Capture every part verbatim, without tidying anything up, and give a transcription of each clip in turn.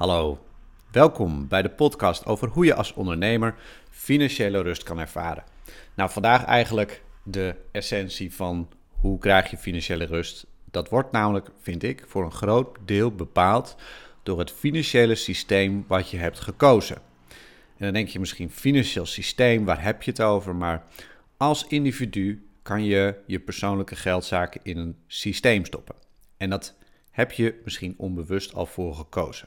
Hallo, welkom bij de podcast over hoe je als ondernemer financiële rust kan ervaren. Nou, vandaag eigenlijk de essentie van hoe krijg je financiële rust. Dat wordt namelijk, vind ik, voor een groot deel bepaald door het financiële systeem wat je hebt gekozen. En dan denk je misschien, financieel systeem, waar heb je het over? Maar als individu kan je je persoonlijke geldzaken in een systeem stoppen. En dat heb je misschien onbewust al voor gekozen.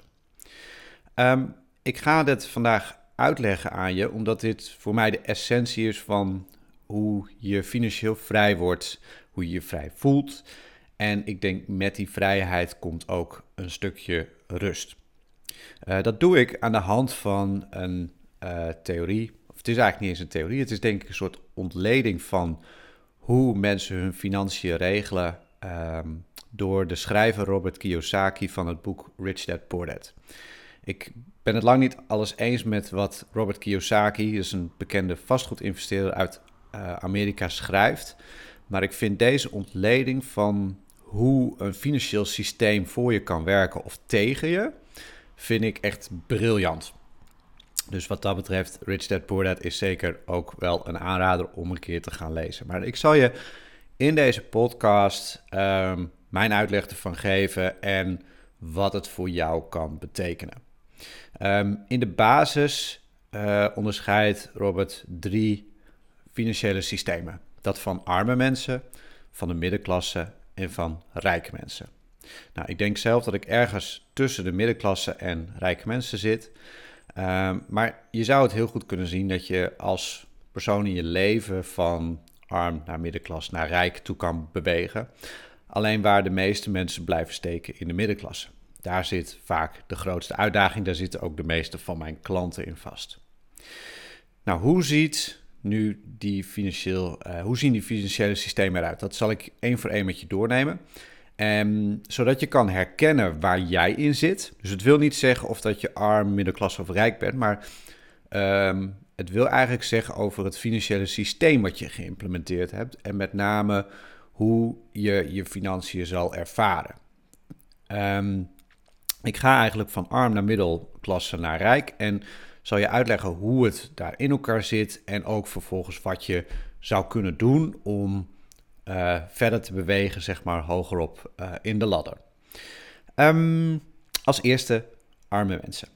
Um, ik ga dit vandaag uitleggen aan je, omdat dit voor mij de essentie is van hoe je financieel vrij wordt, hoe je je vrij voelt. En ik denk met die vrijheid komt ook een stukje rust. Uh, dat doe ik aan de hand van een uh, theorie, of het is eigenlijk niet eens een theorie, het is denk ik een soort ontleding van hoe mensen hun financiën regelen um, door de schrijver Robert Kiyosaki van het boek Rich Dad Poor Dad. Ik ben het lang niet alles eens met wat Robert Kiyosaki, dus een bekende vastgoedinvesteerder uit uh, Amerika, schrijft. Maar ik vind deze ontleding van hoe een financieel systeem voor je kan werken of tegen je, vind ik echt briljant. Dus wat dat betreft, Rich Dad Poor Dad is zeker ook wel een aanrader om een keer te gaan lezen. Maar ik zal je in deze podcast um, mijn uitleg ervan geven en wat het voor jou kan betekenen. Um, in de basis uh, onderscheidt Robert drie financiële systemen. Dat van arme mensen, van de middenklasse en van rijke mensen. Nou, ik denk zelf dat ik ergens tussen de middenklasse en rijke mensen zit. Um, maar je zou het heel goed kunnen zien dat je als persoon in je leven van arm naar middenklasse naar rijk toe kan bewegen. Alleen waar de meeste mensen blijven steken in de middenklasse. Daar zit vaak de grootste uitdaging, daar zitten ook de meeste van mijn klanten in vast. Nou, hoe ziet nu die financieel, uh, hoe zien die financiële systemen eruit? Dat zal ik één voor één met je doornemen. Um, zodat je kan herkennen waar jij in zit. Dus het wil niet zeggen of dat je arm, middenklasse of rijk bent, maar um, het wil eigenlijk zeggen over het financiële systeem wat je geïmplementeerd hebt. En met name hoe je je financiën zal ervaren. Um, Ik ga eigenlijk van arm naar middelklasse naar rijk en zal je uitleggen hoe het daar in elkaar zit en ook vervolgens wat je zou kunnen doen om uh, verder te bewegen, zeg maar, hogerop uh, in de ladder. Um, als eerste arme mensen.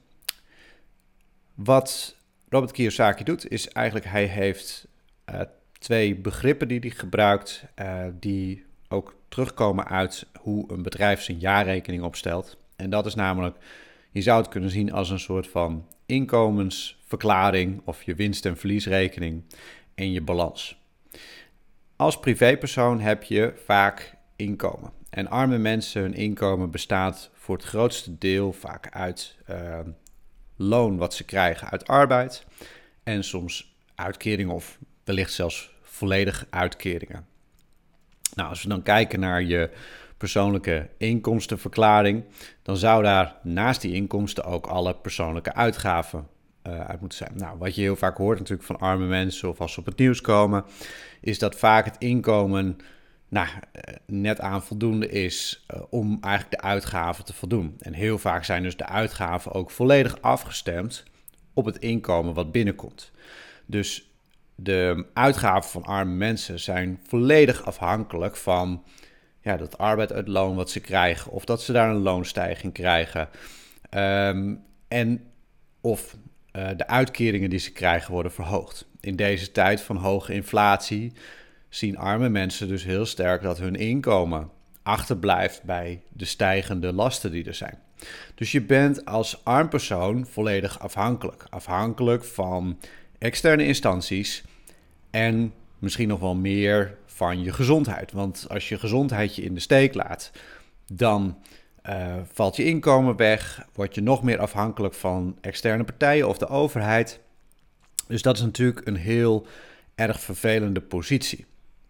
Wat Robert Kiyosaki doet is eigenlijk, hij heeft uh, twee begrippen die hij gebruikt, uh, die ook terugkomen uit hoe een bedrijf zijn jaarrekening opstelt. En dat is namelijk, je zou het kunnen zien als een soort van inkomensverklaring of je winst- en verliesrekening en je balans. Als privépersoon heb je vaak inkomen. En arme mensen, hun inkomen bestaat voor het grootste deel vaak uit uh, loon wat ze krijgen uit arbeid. En soms uitkeringen of wellicht zelfs volledig uitkeringen. Nou, als we dan kijken naar je persoonlijke inkomstenverklaring, dan zou daar naast die inkomsten ook alle persoonlijke uitgaven uh, uit moeten zijn. Nou, wat je heel vaak hoort natuurlijk van arme mensen of als ze op het nieuws komen, is dat vaak het inkomen nou, net aan voldoende is uh, om eigenlijk de uitgaven te voldoen. En heel vaak zijn dus de uitgaven ook volledig afgestemd op het inkomen wat binnenkomt. Dus de uitgaven van arme mensen zijn volledig afhankelijk van ja, dat arbeid uit loon wat ze krijgen, of dat ze daar een loonstijging krijgen. Um, en of uh, de uitkeringen die ze krijgen worden verhoogd. In deze tijd van hoge inflatie zien arme mensen dus heel sterk dat hun inkomen achterblijft bij de stijgende lasten die er zijn. Dus je bent als arm persoon volledig afhankelijk. Afhankelijk van externe instanties en misschien nog wel meer van je gezondheid. Want als je gezondheid je in de steek laat, dan uh, valt je inkomen weg, word je nog meer afhankelijk van externe partijen of de overheid. Dus dat is natuurlijk een heel erg vervelende positie.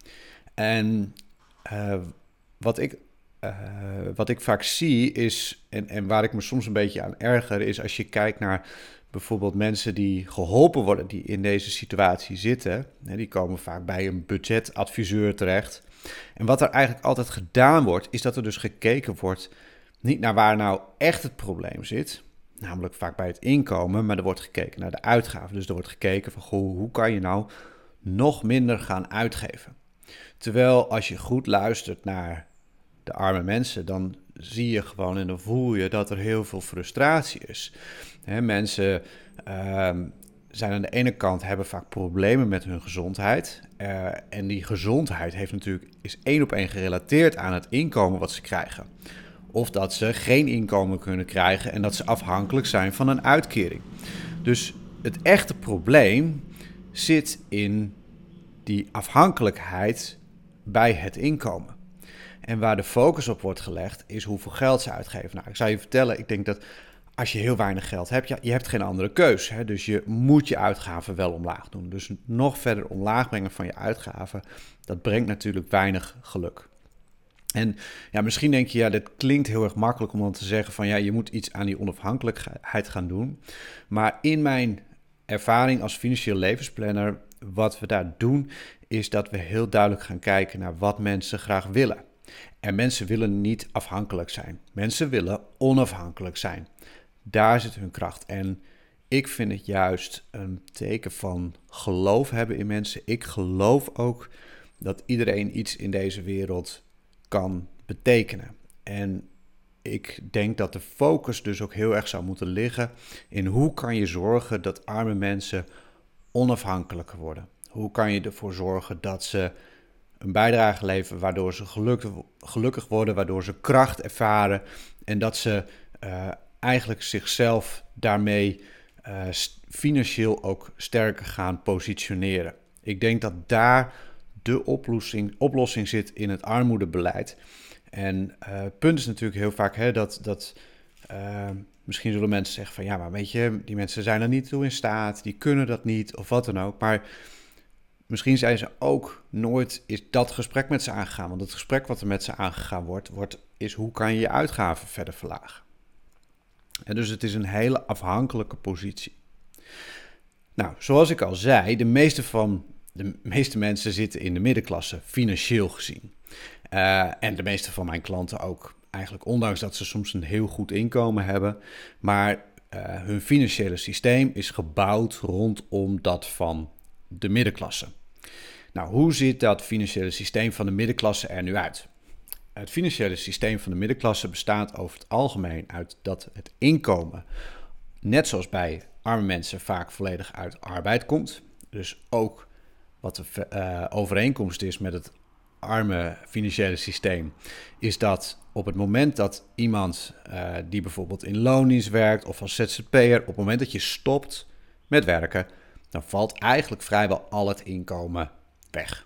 En uh, wat ik Uh, wat ik vaak zie is, en, en waar ik me soms een beetje aan erger, is als je kijkt naar bijvoorbeeld mensen die geholpen worden, die in deze situatie zitten. Hè, die komen vaak bij een budgetadviseur terecht. En wat er eigenlijk altijd gedaan wordt, is dat er dus gekeken wordt niet naar waar nou echt het probleem zit. namelijk vaak bij het inkomen, maar er wordt gekeken naar de uitgaven. Dus er wordt gekeken van, goh, hoe kan je nou nog minder gaan uitgeven? Terwijl als je goed luistert naar de arme mensen, dan zie je gewoon en dan voel je dat er heel veel frustratie is. He, mensen uh, zijn aan de ene kant, hebben vaak problemen met hun gezondheid. Uh, en die gezondheid heeft natuurlijk, is één op één gerelateerd aan het inkomen wat ze krijgen. Of dat ze geen inkomen kunnen krijgen en dat ze afhankelijk zijn van een uitkering. Dus het echte probleem zit in die afhankelijkheid bij het inkomen. En waar de focus op wordt gelegd is hoeveel geld ze uitgeven. Nou, ik zou je vertellen, ik denk dat als je heel weinig geld hebt, ja, je hebt geen andere keus. Hè? Dus je moet je uitgaven wel omlaag doen. Dus nog verder omlaag brengen van je uitgaven, dat brengt natuurlijk weinig geluk. En ja, misschien denk je, ja, dit klinkt heel erg makkelijk om dan te zeggen van ja, je moet iets aan die onafhankelijkheid gaan doen. Maar in mijn ervaring als financieel levensplanner, wat we daar doen, is dat we heel duidelijk gaan kijken naar wat mensen graag willen. En mensen willen niet afhankelijk zijn. Mensen willen onafhankelijk zijn. Daar zit hun kracht. En ik vind het juist een teken van geloof hebben in mensen. Ik geloof ook dat iedereen iets in deze wereld kan betekenen. En ik denk dat de focus dus ook heel erg zou moeten liggen in hoe kan je zorgen dat arme mensen onafhankelijker worden. Hoe kan je ervoor zorgen dat ze een bijdrage leveren waardoor ze gelukkig, gelukkig worden, waardoor ze kracht ervaren en dat ze uh, eigenlijk zichzelf daarmee uh, financieel ook sterker gaan positioneren. Ik denk dat daar de oplossing, oplossing zit in het armoedebeleid. En uh, het punt is natuurlijk heel vaak hè, dat, dat uh, misschien zullen mensen zeggen van ja, maar weet je, die mensen zijn er niet toe in staat, die kunnen dat niet of wat dan ook. Maar misschien zijn ze ook nooit is dat gesprek met ze aangegaan. Want het gesprek wat er met ze aangegaan wordt, wordt is hoe kan je je uitgaven verder verlagen. En dus het is een hele afhankelijke positie. Nou, zoals ik al zei, de meeste, van, de meeste mensen zitten in de middenklasse, financieel gezien. Uh, en de meeste van mijn klanten ook. Eigenlijk ondanks dat ze soms een heel goed inkomen hebben. Maar uh, hun financiële systeem is gebouwd rondom dat van de middenklasse. Nou, hoe ziet dat financiële systeem van de middenklasse er nu uit? Het financiële systeem van de middenklasse bestaat over het algemeen uit dat het inkomen, net zoals bij arme mensen, vaak volledig uit arbeid komt. Dus ook wat de uh, overeenkomst is met het arme financiële systeem, is dat op het moment dat iemand uh, die bijvoorbeeld in loondienst werkt of als Z Z P'er, op het moment dat je stopt met werken, dan valt eigenlijk vrijwel al het inkomen weg.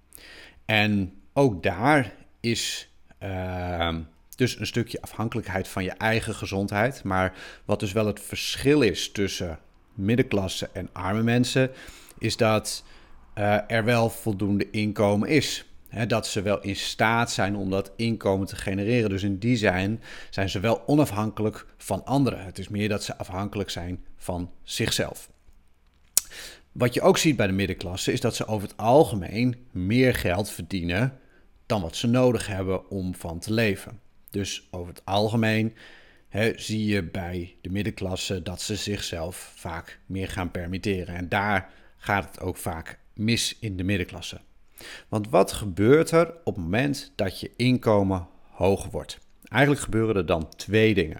En ook daar is uh, dus een stukje afhankelijkheid van je eigen gezondheid. Maar wat dus wel het verschil is tussen middenklasse en arme mensen, is dat uh, er wel voldoende inkomen is. He, dat ze wel in staat zijn om dat inkomen te genereren. Dus in die zin zijn ze wel onafhankelijk van anderen. Het is meer dat ze afhankelijk zijn van zichzelf. Wat je ook ziet bij de middenklasse is dat ze over het algemeen meer geld verdienen dan wat ze nodig hebben om van te leven. Dus over het algemeen he, zie je bij de middenklasse dat ze zichzelf vaak meer gaan permitteren. En daar gaat het ook vaak mis in de middenklasse. Want wat gebeurt er op het moment dat je inkomen hoger wordt? Eigenlijk gebeuren er dan twee dingen.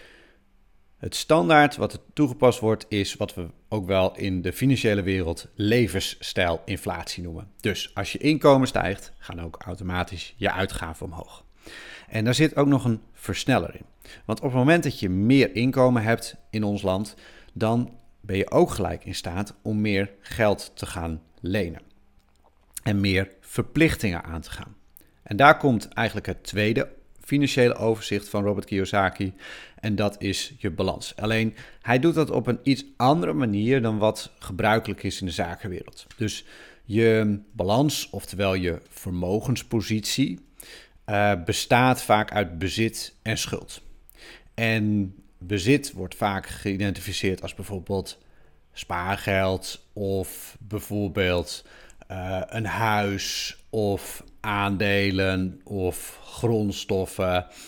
Het standaard wat er toegepast wordt is wat we ook wel in de financiële wereld levensstijlinflatie noemen. Dus als je inkomen stijgt, gaan ook automatisch je uitgaven omhoog. En daar zit ook nog een versneller in. Want op het moment dat je meer inkomen hebt in ons land, dan ben je ook gelijk in staat om meer geld te gaan lenen. En meer verplichtingen aan te gaan. En daar komt eigenlijk het tweede financiële overzicht van Robert Kiyosaki. En dat is je balans. Alleen hij doet dat op een iets andere manier dan wat gebruikelijk is in de zakenwereld. Dus je balans, oftewel je vermogenspositie, uh, bestaat vaak uit bezit en schuld. En bezit wordt vaak geïdentificeerd als bijvoorbeeld spaargeld of bijvoorbeeld Uh, een huis of aandelen of grondstoffen.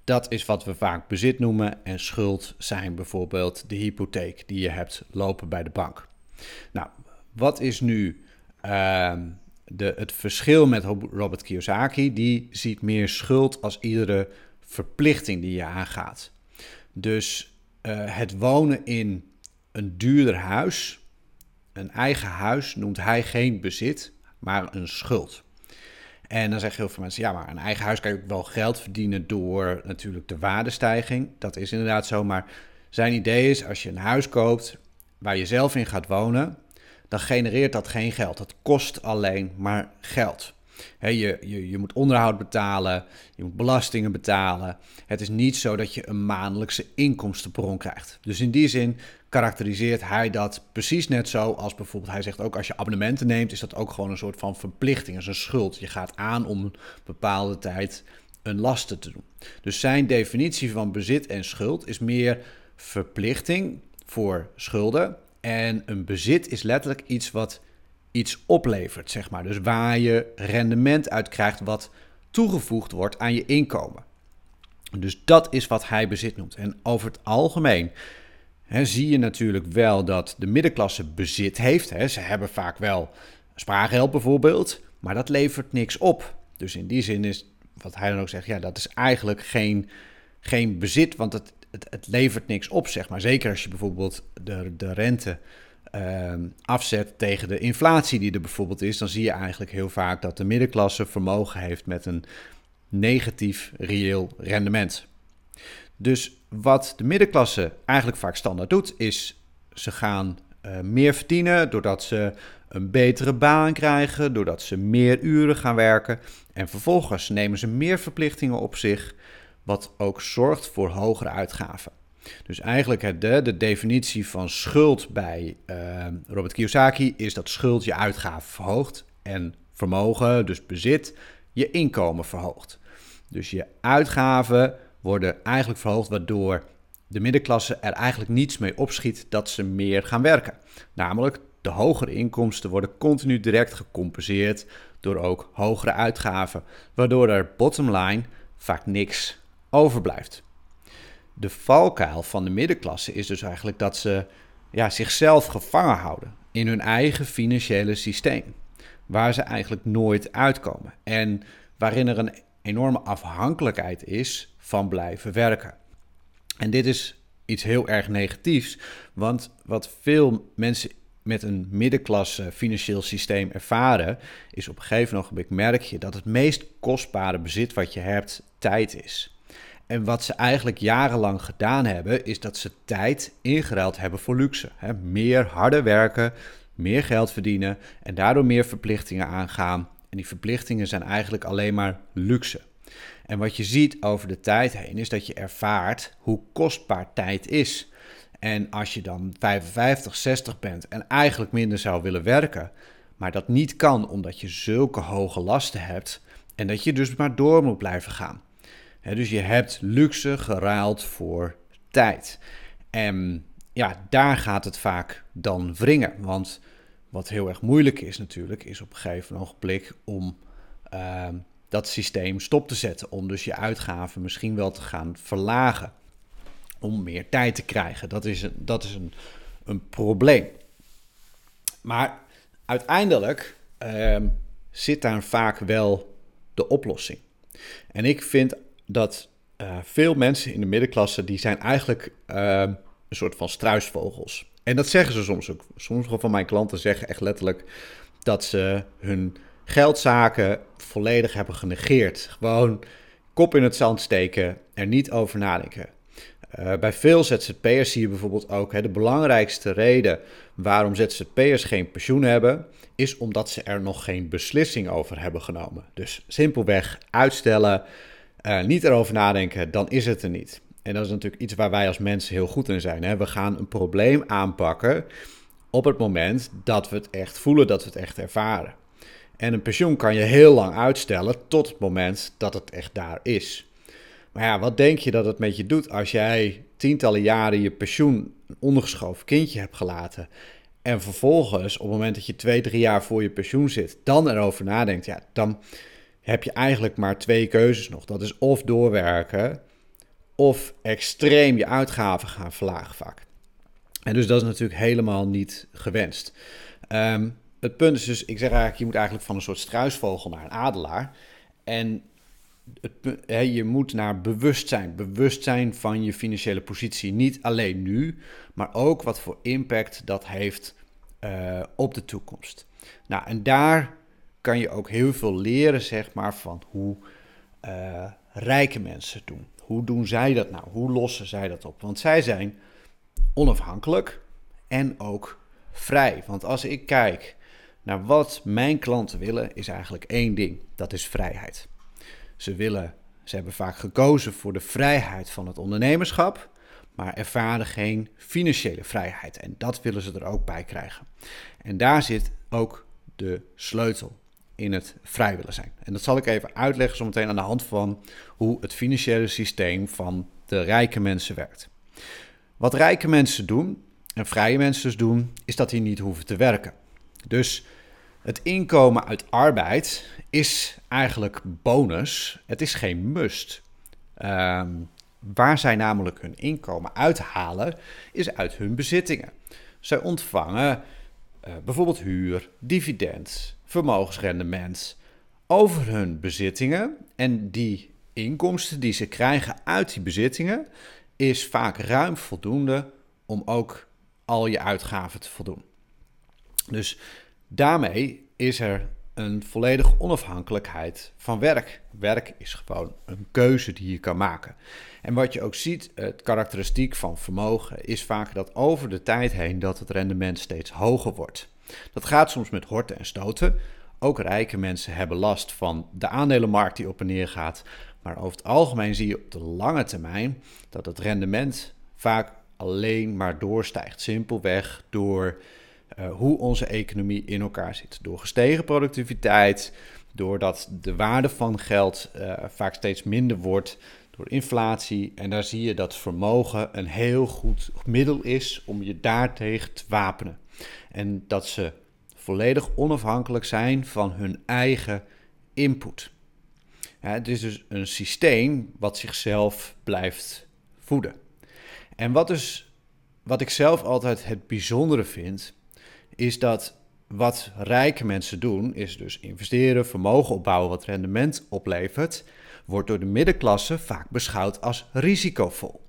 Dat is wat we vaak bezit noemen en schuld zijn bijvoorbeeld de hypotheek die je hebt lopen bij de bank. Nou, wat is nu uh, de, het verschil met Robert Kiyosaki? Die ziet meer schuld als iedere verplichting die je aangaat. Dus uh, het wonen in een duurder huis, een eigen huis, noemt hij geen bezit, maar een schuld. En dan zeggen heel veel mensen, ja, maar een eigen huis kan je ook wel geld verdienen door natuurlijk de waardestijging. Dat is inderdaad zo, maar zijn idee is, als je een huis koopt waar je zelf in gaat wonen, dan genereert dat geen geld. Dat kost alleen maar geld. He, je, je, je moet onderhoud betalen, je moet belastingen betalen. Het is niet zo dat je een maandelijkse inkomstenbron krijgt. Dus in die zin karakteriseert hij dat precies net zo als bijvoorbeeld, hij zegt ook als je abonnementen neemt, is dat ook gewoon een soort van verplichting, is een schuld. Je gaat aan om een bepaalde tijd een lasten te doen. Dus zijn definitie van bezit en schuld is meer verplichting voor schulden. En een bezit is letterlijk iets wat iets oplevert, zeg maar. Dus waar je rendement uit krijgt wat toegevoegd wordt aan je inkomen. Dus dat is wat hij bezit noemt. En over het algemeen hè, zie je natuurlijk wel dat de middenklasse bezit heeft. Hè. Ze hebben vaak wel spaargeld bijvoorbeeld, maar dat levert niks op. Dus in die zin is wat hij dan ook zegt, ja, dat is eigenlijk geen, geen bezit, want het, het, het levert niks op, zeg maar. Zeker als je bijvoorbeeld de, de rente Uh, afzet tegen de inflatie die er bijvoorbeeld is, dan zie je eigenlijk heel vaak dat de middenklasse vermogen heeft met een negatief reëel rendement. Dus wat de middenklasse eigenlijk vaak standaard doet, is ze gaan uh, meer verdienen doordat ze een betere baan krijgen, doordat ze meer uren gaan werken en vervolgens nemen ze meer verplichtingen op zich, wat ook zorgt voor hogere uitgaven. Dus eigenlijk de, de definitie van schuld bij uh, Robert Kiyosaki is dat schuld je uitgaven verhoogt en vermogen, dus bezit, je inkomen verhoogt. Dus je uitgaven worden eigenlijk verhoogd, waardoor de middenklasse er eigenlijk niets mee opschiet dat ze meer gaan werken. Namelijk de hogere inkomsten worden continu direct gecompenseerd door ook hogere uitgaven, waardoor er bottom line vaak niks overblijft. De valkuil van de middenklasse is dus eigenlijk dat ze ja, zichzelf gevangen houden in hun eigen financiële systeem, waar ze eigenlijk nooit uitkomen en waarin er een enorme afhankelijkheid is van blijven werken. En dit is iets heel erg negatiefs, want wat veel mensen met een middenklasse financieel systeem ervaren, is op een gegeven ogenblik merk je dat het meest kostbare bezit wat je hebt tijd is. En wat ze eigenlijk jarenlang gedaan hebben, is dat ze tijd ingeruild hebben voor luxe. He, meer harder werken, meer geld verdienen en daardoor meer verplichtingen aangaan. En die verplichtingen zijn eigenlijk alleen maar luxe. En wat je ziet over de tijd heen, is dat je ervaart hoe kostbaar tijd is. En als je dan vijfenvijftig, zestig bent en eigenlijk minder zou willen werken, maar dat niet kan omdat je zulke hoge lasten hebt en dat je dus maar door moet blijven gaan. He, dus je hebt luxe geruild voor tijd. En ja, daar gaat het vaak dan wringen. Want wat heel erg moeilijk is natuurlijk, is op een gegeven ogenblik om uh, dat systeem stop te zetten. Om dus je uitgaven misschien wel te gaan verlagen. Om meer tijd te krijgen. Dat is een, dat is een, een probleem. Maar uiteindelijk uh, zit daar vaak wel de oplossing. En ik vind dat uh, veel mensen in de middenklasse, die zijn eigenlijk uh, een soort van struisvogels. En dat zeggen ze soms ook. Sommige van mijn klanten zeggen echt letterlijk dat ze hun geldzaken volledig hebben genegeerd. Gewoon kop in het zand steken, er niet over nadenken. Uh, bij veel Z Z P'ers zie je bijvoorbeeld ook, hè, de belangrijkste reden waarom Z Z P'ers geen pensioen hebben, is omdat ze er nog geen beslissing over hebben genomen. Dus simpelweg uitstellen, uh, niet erover nadenken, dan is het er niet. En dat is natuurlijk iets waar wij als mensen heel goed in zijn. Hè? We gaan een probleem aanpakken op het moment dat we het echt voelen, dat we het echt ervaren. En een pensioen kan je heel lang uitstellen tot het moment dat het echt daar is. Maar ja, wat denk je dat het met je doet als jij tientallen jaren je pensioen een ondergeschoven kindje hebt gelaten en vervolgens op het moment dat je twee, drie jaar voor je pensioen zit, dan erover nadenkt, ja, dan heb je eigenlijk maar twee keuzes nog. Dat is of doorwerken of extreem je uitgaven gaan verlagen vaak. En dus dat is natuurlijk helemaal niet gewenst. Um, het punt is dus, ik zeg eigenlijk, je moet eigenlijk van een soort struisvogel naar een adelaar. En het, he, je moet naar bewustzijn. Bewustzijn van je financiële positie. Niet alleen nu, maar ook wat voor impact dat heeft uh, op de toekomst. Nou, en daar kan je ook heel veel leren, zeg maar, van hoe uh, rijke mensen doen. Hoe doen zij dat nou? Hoe lossen zij dat op? Want zij zijn onafhankelijk en ook vrij. Want als ik kijk naar wat mijn klanten willen, is eigenlijk één ding. Dat is vrijheid. Ze willen, ze hebben vaak gekozen voor de vrijheid van het ondernemerschap, maar ervaren geen financiële vrijheid. En dat willen ze er ook bij krijgen. En daar zit ook de sleutel in het vrij willen zijn. En dat zal ik even uitleggen zometeen aan de hand van hoe het financiële systeem van de rijke mensen werkt. Wat rijke mensen doen, en vrije mensen dus doen, is dat die niet hoeven te werken. Dus het inkomen uit arbeid is eigenlijk bonus. Het is geen must. Um, waar zij namelijk hun inkomen uithalen, is uit hun bezittingen. Zij ontvangen uh, bijvoorbeeld huur, dividend, vermogensrendement over hun bezittingen. En die inkomsten die ze krijgen uit die bezittingen is vaak ruim voldoende om ook al je uitgaven te voldoen. Dus daarmee is er een volledige onafhankelijkheid van werk. Werk is gewoon een keuze die je kan maken. En wat je ook ziet, het karakteristiek van vermogen is vaak dat over de tijd heen dat het rendement steeds hoger wordt. Dat gaat soms met horten en stoten. Ook rijke mensen hebben last van de aandelenmarkt die op en neer gaat. Maar over het algemeen zie je op de lange termijn dat het rendement vaak alleen maar doorstijgt. Simpelweg door uh, hoe onze economie in elkaar zit. Door gestegen productiviteit, doordat de waarde van geld uh, vaak steeds minder wordt, door inflatie. En daar zie je dat vermogen een heel goed middel is om je daartegen te wapenen. En dat ze volledig onafhankelijk zijn van hun eigen input. Ja, het is dus een systeem wat zichzelf blijft voeden. En wat, dus, wat ik zelf altijd het bijzondere vind, is dat wat rijke mensen doen, is dus investeren, vermogen opbouwen wat rendement oplevert, wordt door de middenklasse vaak beschouwd als risicovol.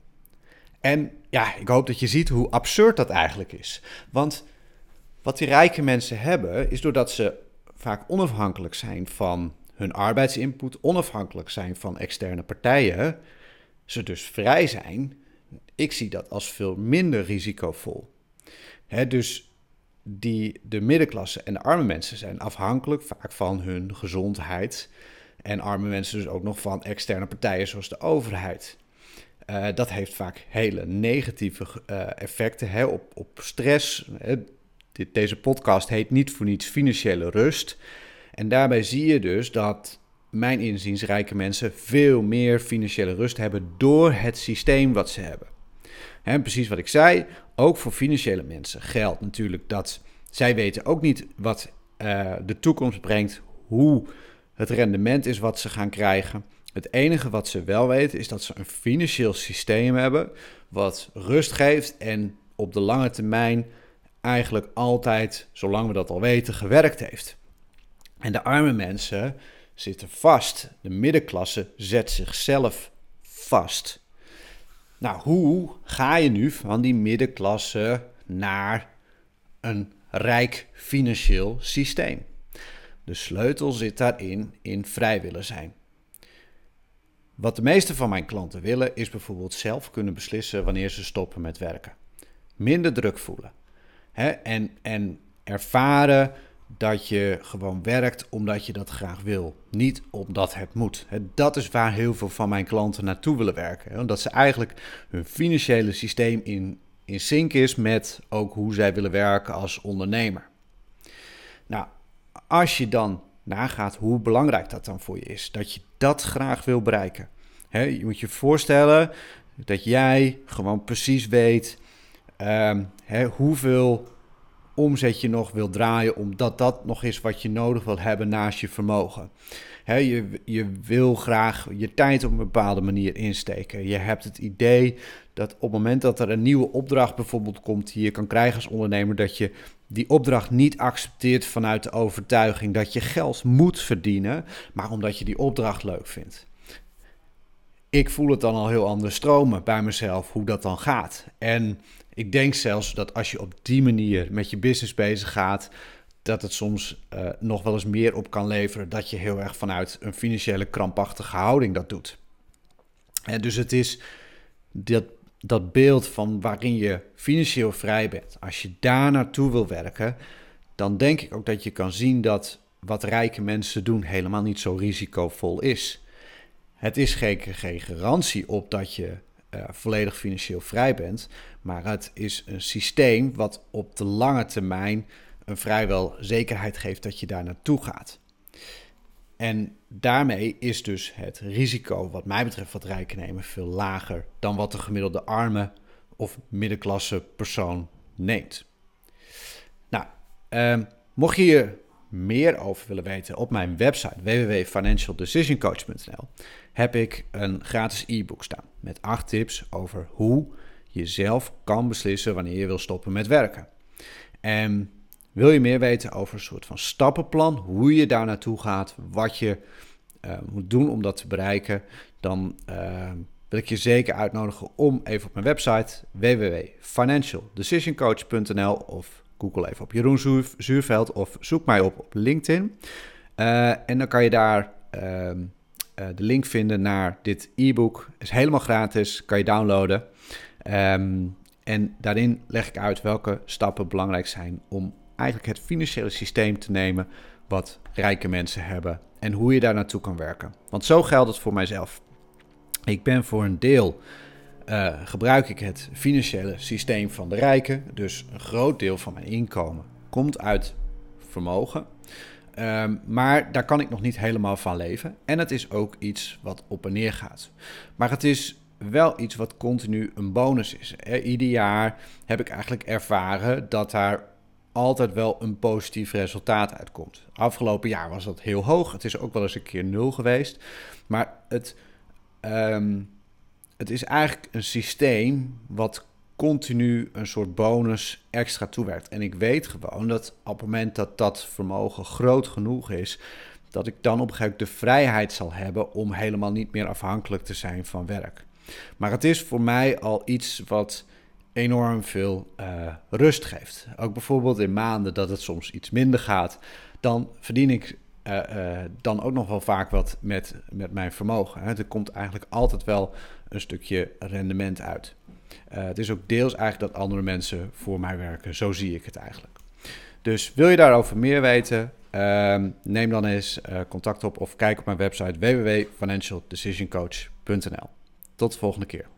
En ja, ik hoop dat je ziet hoe absurd dat eigenlijk is. Want wat die rijke mensen hebben, is doordat ze vaak onafhankelijk zijn van hun arbeidsinput, onafhankelijk zijn van externe partijen, ze dus vrij zijn. Ik zie dat als veel minder risicovol. He, dus die, de middenklasse en de arme mensen zijn afhankelijk vaak van hun gezondheid. En arme mensen dus ook nog van externe partijen zoals de overheid. Uh, dat heeft vaak hele negatieve uh, effecten he, op, op stress. He, dit, deze podcast heet niet voor niets financiële rust. En daarbij zie je dus dat mijn inziens rijke mensen veel meer financiële rust hebben door het systeem wat ze hebben. En precies wat ik zei, ook voor financiële mensen geldt natuurlijk dat zij weten ook niet wat uh, de toekomst brengt, hoe het rendement is wat ze gaan krijgen. Het enige wat ze wel weten is dat ze een financieel systeem hebben wat rust geeft en op de lange termijn eigenlijk altijd, zolang we dat al weten, gewerkt heeft. En de arme mensen zitten vast. De middenklasse zet zichzelf vast. Nou, hoe ga je nu van die middenklasse naar een rijk financieel systeem? De sleutel zit daarin, in vrij willen zijn. Wat de meeste van mijn klanten willen, is bijvoorbeeld zelf kunnen beslissen wanneer ze stoppen met werken. Minder druk voelen. Hè? En, en ervaren dat je gewoon werkt omdat je dat graag wil. Niet omdat het moet. Dat is waar heel veel van mijn klanten naartoe willen werken. Omdat ze eigenlijk hun financiële systeem in, in sync is met ook hoe zij willen werken als ondernemer. Nou, als je dan nagaat hoe belangrijk dat dan voor je is, dat je dat graag wil bereiken. Je moet je voorstellen dat jij gewoon precies weet um, hoeveel omzet je nog wil draaien, omdat dat nog is wat je nodig wil hebben naast je vermogen. He, je, je wil graag je tijd op een bepaalde manier insteken. Je hebt het idee dat op het moment dat er een nieuwe opdracht bijvoorbeeld komt die je kan krijgen als ondernemer, dat je die opdracht niet accepteert vanuit de overtuiging dat je geld moet verdienen, maar omdat je die opdracht leuk vindt. Ik voel het dan al heel anders stromen bij mezelf, hoe dat dan gaat. En ik denk zelfs dat als je op die manier met je business bezig gaat, dat het soms uh, nog wel eens meer op kan leveren dat je heel erg vanuit een financiële krampachtige houding dat doet. En dus het is dat, dat beeld van waarin je financieel vrij bent. Als je daar naartoe wil werken, dan denk ik ook dat je kan zien dat wat rijke mensen doen helemaal niet zo risicovol is. Het is geen, geen garantie op dat je uh, volledig financieel vrij bent, maar het is een systeem wat op de lange termijn een vrijwel zekerheid geeft dat je daar naartoe gaat. En daarmee is dus het risico wat mij betreft wat rijken nemen veel lager dan wat de gemiddelde arme of middenklasse persoon neemt. Nou, eh, mocht je hier meer over willen weten, op mijn website w w w punt financial decision coach punt n l heb ik een gratis e-book staan met acht tips over hoe je zelf kan beslissen wanneer je wil stoppen met werken. En wil je meer weten over een soort van stappenplan, hoe je daar naartoe gaat, wat je uh, moet doen om dat te bereiken, dan uh, wil ik je zeker uitnodigen om even op mijn website w w w punt financial decision coach punt n l of google even op Jeroen Zuurveld of zoek mij op op LinkedIn. Uh, en dan kan je daar uh, uh, de link vinden naar dit e-book. Is helemaal gratis, kan je downloaden. Um, en daarin leg ik uit welke stappen belangrijk zijn om eigenlijk het financiële systeem te nemen wat rijke mensen hebben en hoe je daar naartoe kan werken. Want zo geldt het voor mijzelf. Ik ben voor een deel, uh, gebruik ik het financiële systeem van de rijken. Dus een groot deel van mijn inkomen komt uit vermogen. Um, maar daar kan ik nog niet helemaal van leven. En het is ook iets wat op en neer gaat. Maar het is wel iets wat continu een bonus is. Ieder jaar heb ik eigenlijk ervaren dat daar altijd wel een positief resultaat uitkomt. Afgelopen jaar was dat heel hoog. Het is ook wel eens een keer nul geweest. Maar het, um, het is eigenlijk een systeem wat continu een soort bonus extra toewerkt. En ik weet gewoon dat op het moment dat dat vermogen groot genoeg is, dat ik dan op een gegeven moment de vrijheid zal hebben om helemaal niet meer afhankelijk te zijn van werk. Maar het is voor mij al iets wat enorm veel uh, rust geeft. Ook bijvoorbeeld in maanden dat het soms iets minder gaat, dan verdien ik uh, uh, dan ook nog wel vaak wat met, met mijn vermogen. Hè. Er komt eigenlijk altijd wel een stukje rendement uit. Uh, het is ook deels eigenlijk dat andere mensen voor mij werken. Zo zie ik het eigenlijk. Dus wil je daarover meer weten, uh, neem dan eens uh, contact op of kijk op mijn website w w w punt financial decision coach punt n l. Tot de volgende keer.